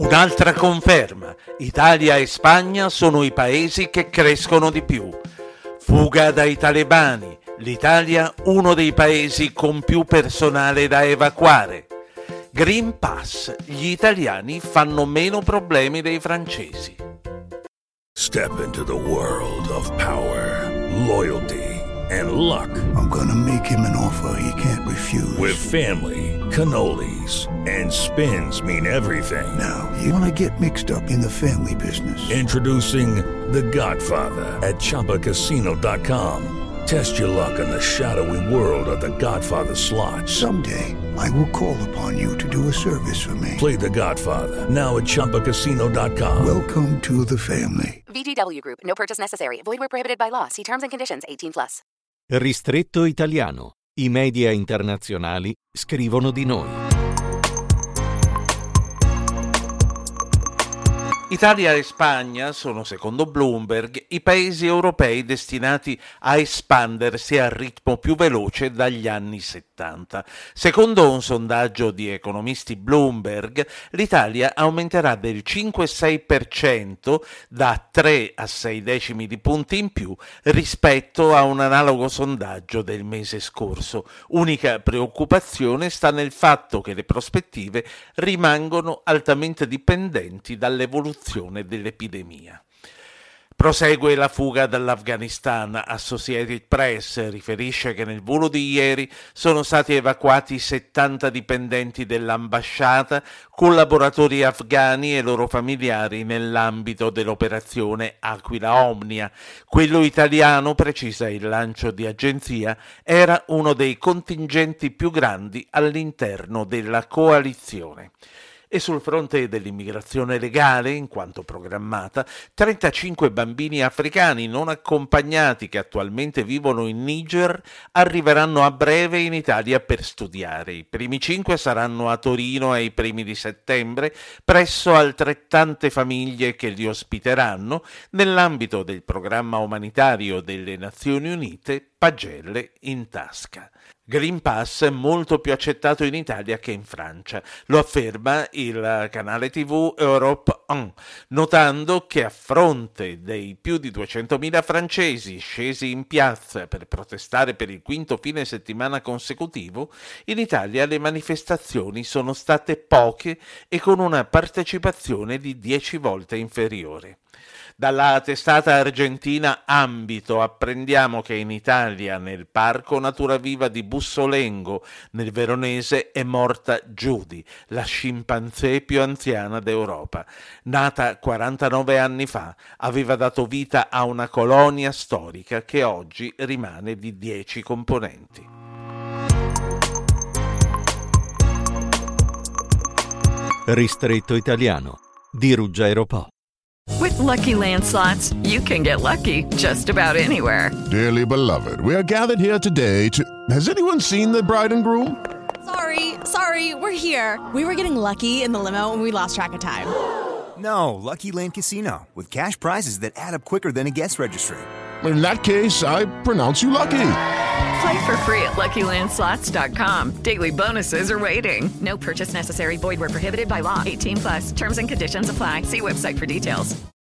Un'altra conferma: Italia e Spagna sono i paesi che crescono di più. Fuga dai talebani, l'Italia uno dei paesi con più personale da evacuare. Green Pass, gli italiani fanno meno problemi dei francesi. Step into the world of power, loyalty, and luck. I'm gonna make him an offer he can't refuse. With family, cannolis, and spins mean everything. Now, you wanna get mixed up in the family business. Introducing The Godfather at ChumbaCasino.com. Test your luck in the shadowy world of The Godfather slot. Someday, I will call upon you to do a service for me. Play The Godfather, now at ChumbaCasino.com. Welcome to the family. VGW Group. No purchase necessary. Void where prohibited by law. See terms and conditions. 18+. Ristretto italiano. I media internazionali scrivono di noi. Italia e Spagna sono, secondo Bloomberg, i paesi europei destinati a espandersi a ritmo più veloce dagli anni 70. Secondo un sondaggio di economisti Bloomberg, l'Italia aumenterà del 5-6% da 3 a 6 decimi di punti in più rispetto a un analogo sondaggio del mese scorso. Unica preoccupazione sta nel fatto che le prospettive rimangono altamente dipendenti dall'evoluzione dell'epidemia. Prosegue la fuga dall'Afghanistan. Associated Press riferisce che nel volo di ieri sono stati evacuati 70 dipendenti dell'ambasciata, collaboratori afghani e loro familiari nell'ambito dell'operazione Aquila Omnia. Quello italiano, precisa il lancio di agenzia, era uno dei contingenti più grandi all'interno della coalizione. E sul fronte dell'immigrazione legale, in quanto programmata, 35 bambini africani non accompagnati che attualmente vivono in Niger arriveranno a breve in Italia per studiare. I primi 5 saranno a Torino ai primi di settembre, presso altrettante famiglie che li ospiteranno nell'ambito del programma umanitario delle Nazioni Unite Pagelle in tasca. Green Pass è molto più accettato in Italia che in Francia, lo afferma il canale TV Europe 1, notando che a fronte dei più di 200.000 francesi scesi in piazza per protestare per il quinto fine settimana consecutivo, in Italia le manifestazioni sono state poche e con una partecipazione di 10 volte inferiore. Dalla testata argentina Ambito apprendiamo che in Italia, nel Parco Natura Viva di Bussolengo, nel Veronese, è morta Judy, la scimpanzé più anziana d'Europa. Nata 49 anni fa, aveva dato vita a una colonia storica che oggi rimane di 10 componenti. Ristretto italiano di Ruggero Po. With Lucky Land Slots, you can get lucky just about anywhere. Dearly beloved, we are gathered here today to... Has anyone seen the bride and groom? Sorry, we're here. We were getting lucky in the limo and we lost track of time. No, Lucky Land Casino, with cash prizes that add up quicker than a guest registry. In that case, I pronounce you lucky. Play for free at LuckyLandSlots.com. Daily bonuses are waiting. No purchase necessary. Void where prohibited by law. 18+. Terms and conditions apply. See website for details.